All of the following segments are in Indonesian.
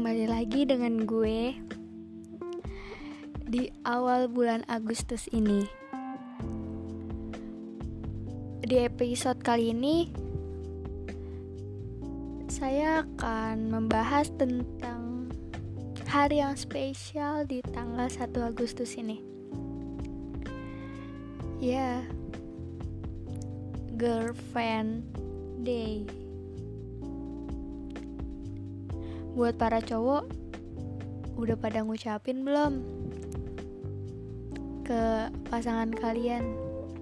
Kembali lagi dengan gue di awal bulan Agustus ini. Di episode kali ini saya akan membahas tentang hari yang spesial di tanggal 1 Agustus ini. Ya, Girlfriend Day. Buat para cowok, udah pada ngucapin belum ke pasangan kalian?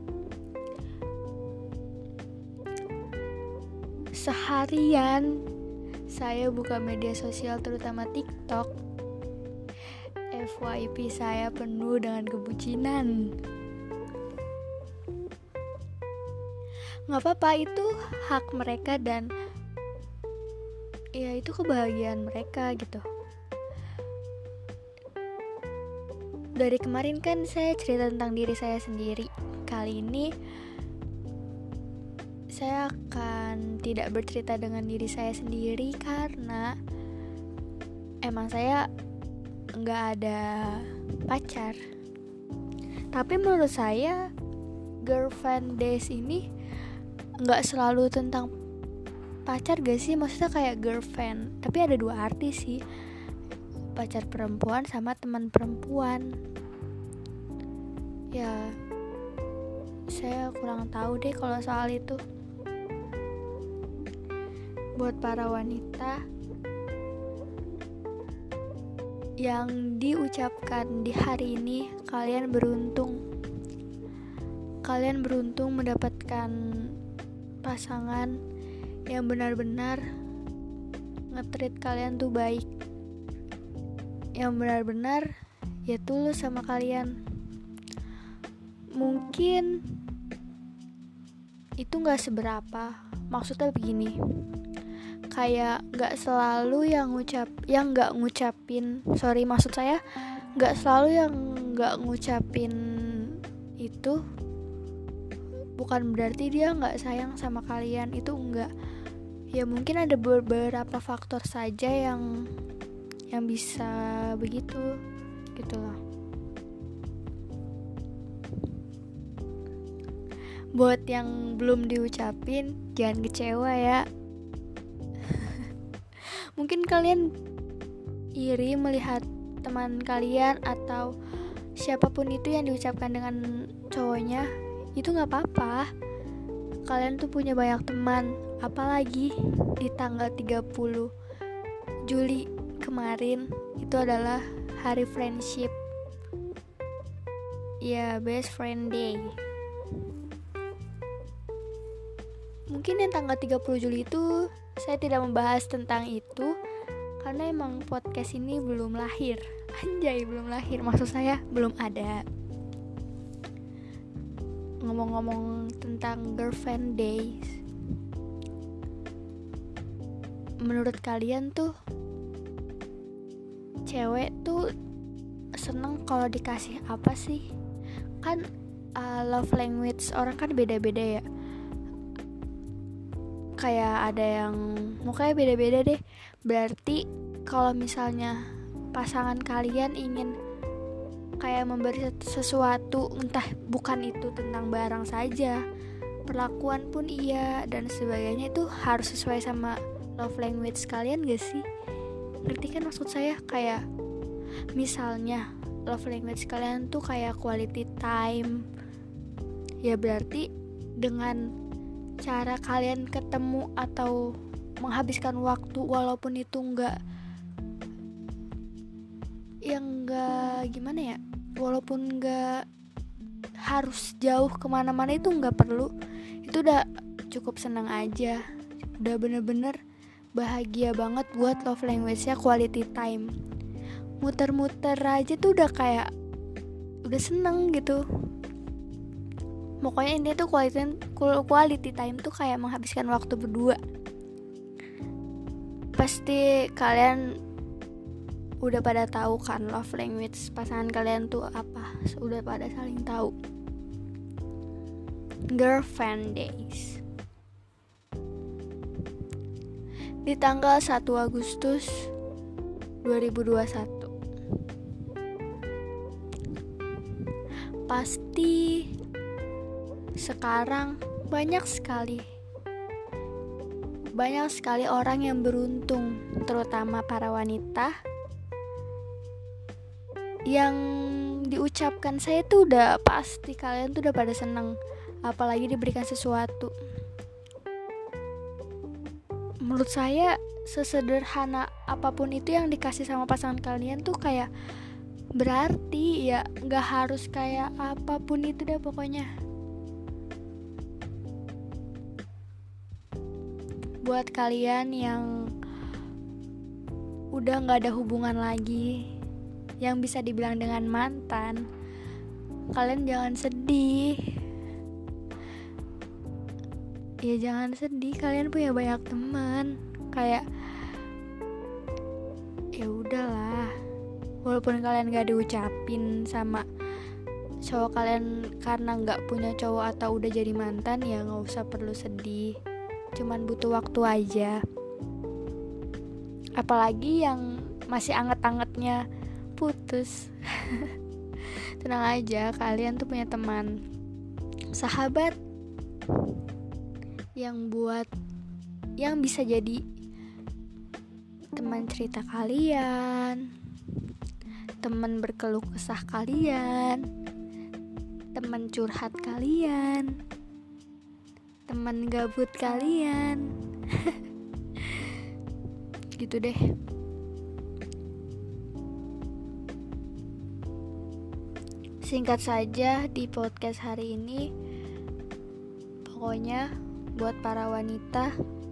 Seharian saya buka media sosial, terutama TikTok. FYP saya penuh dengan kebucinan. Gak apa-apa, itu hak mereka dan ya itu kebahagiaan mereka gitu. Dari kemarin kan saya cerita tentang diri saya sendiri. Kali ini saya akan tidak bercerita dengan diri saya sendiri karena emang saya gak ada pacar. Tapi menurut saya Girlfriend Days ini gak selalu tentang pacar gak sih? Maksudnya kayak girlfriend, tapi ada dua arti sih, pacar perempuan sama teman perempuan. Ya, saya kurang tahu deh kalau soal itu. Buat para wanita yang diucapkan di hari ini, kalian beruntung. Kalian beruntung mendapatkan pasangan yang benar-benar nge-treat kalian tuh baik, yang benar-benar ya tulus sama kalian. Mungkin itu gak seberapa, maksudnya begini, kayak gak selalu yang gak ngucapin itu bukan berarti dia gak sayang sama kalian, itu enggak. Ya mungkin ada beberapa faktor saja yang bisa begitu gitu loh. Buat yang belum diucapin, jangan kecewa ya. Mungkin kalian iri melihat teman kalian atau siapapun itu yang diucapkan dengan cowoknya. Itu gak apa-apa. Kalian tuh punya banyak teman. Apalagi di tanggal 30 Juli kemarin, itu adalah hari friendship. Ya, best friend day. Mungkin yang tanggal 30 Juli itu saya tidak membahas tentang itu karena emang podcast ini belum lahir. Anjay, belum lahir. Maksud saya belum ada. Ngomong-ngomong tentang Girlfriend Days, menurut kalian tuh cewek tuh seneng kalau dikasih apa sih? Kan love language orang kan beda-beda ya. Kayak ada yang mukanya beda-beda deh. Berarti kalau misalnya pasangan kalian ingin kayak memberi sesuatu, entah bukan itu tentang barang saja, perlakuan pun iya dan sebagainya, itu harus sesuai sama love language kalian gak sih? Ngerti kan maksud saya? Kayak misalnya love language kalian tuh kayak quality time, ya berarti dengan cara kalian ketemu atau menghabiskan waktu, walaupun itu walaupun gak harus jauh kemana-mana, itu gak perlu, itu udah cukup senang aja, udah bener-bener bahagia banget. Buat love language-nya quality time, muter-muter aja tuh udah kayak udah seneng gitu. Pokoknya ini tuh quality time tuh kayak menghabiskan waktu berdua. Pasti kalian udah pada tahu kan love language pasangan kalian tuh apa, udah pada saling tahu. Girlfriend Days. Di tanggal 1 Agustus 2021. Pasti sekarang banyak sekali orang yang beruntung, terutama para wanita, yang diucapkan saya tuh udah pasti kalian tuh udah pada seneng, apalagi diberikan sesuatu. Menurut saya sesederhana apapun itu yang dikasih sama pasangan kalian tuh kayak berarti ya, gak harus kayak apapun itu deh pokoknya. Buat kalian yang udah gak ada hubungan lagi, yang bisa dibilang dengan mantan, kalian jangan sedih. Ya jangan sedih, kalian punya banyak teman. Kayak ya udahlah, walaupun kalian gak diucapin sama cowok kalian karena gak punya cowok atau udah jadi mantan, ya gak usah perlu sedih. Cuman butuh waktu aja. Apalagi yang masih anget-angetnya putus. Tenang aja, kalian tuh punya teman, sahabat yang bisa jadi teman cerita kalian, teman berkeluh kesah kalian, teman curhat kalian, teman gabut kalian. Gitu deh. Singkat saja di podcast hari ini, pokoknya buat para wanita,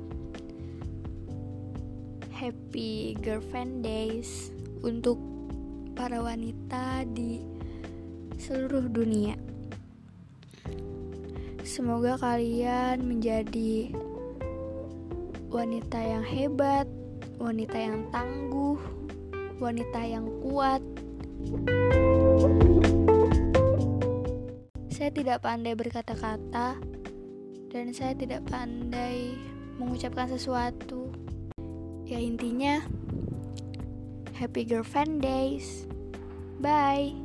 happy girlfriend days untuk para wanita di seluruh dunia. Semoga kalian menjadi wanita yang hebat, wanita yang tangguh, wanita yang kuat. Saya tidak pandai berkata-kata dan saya tidak pandai mengucapkan sesuatu. Ya intinya, happy girlfriend days. Bye.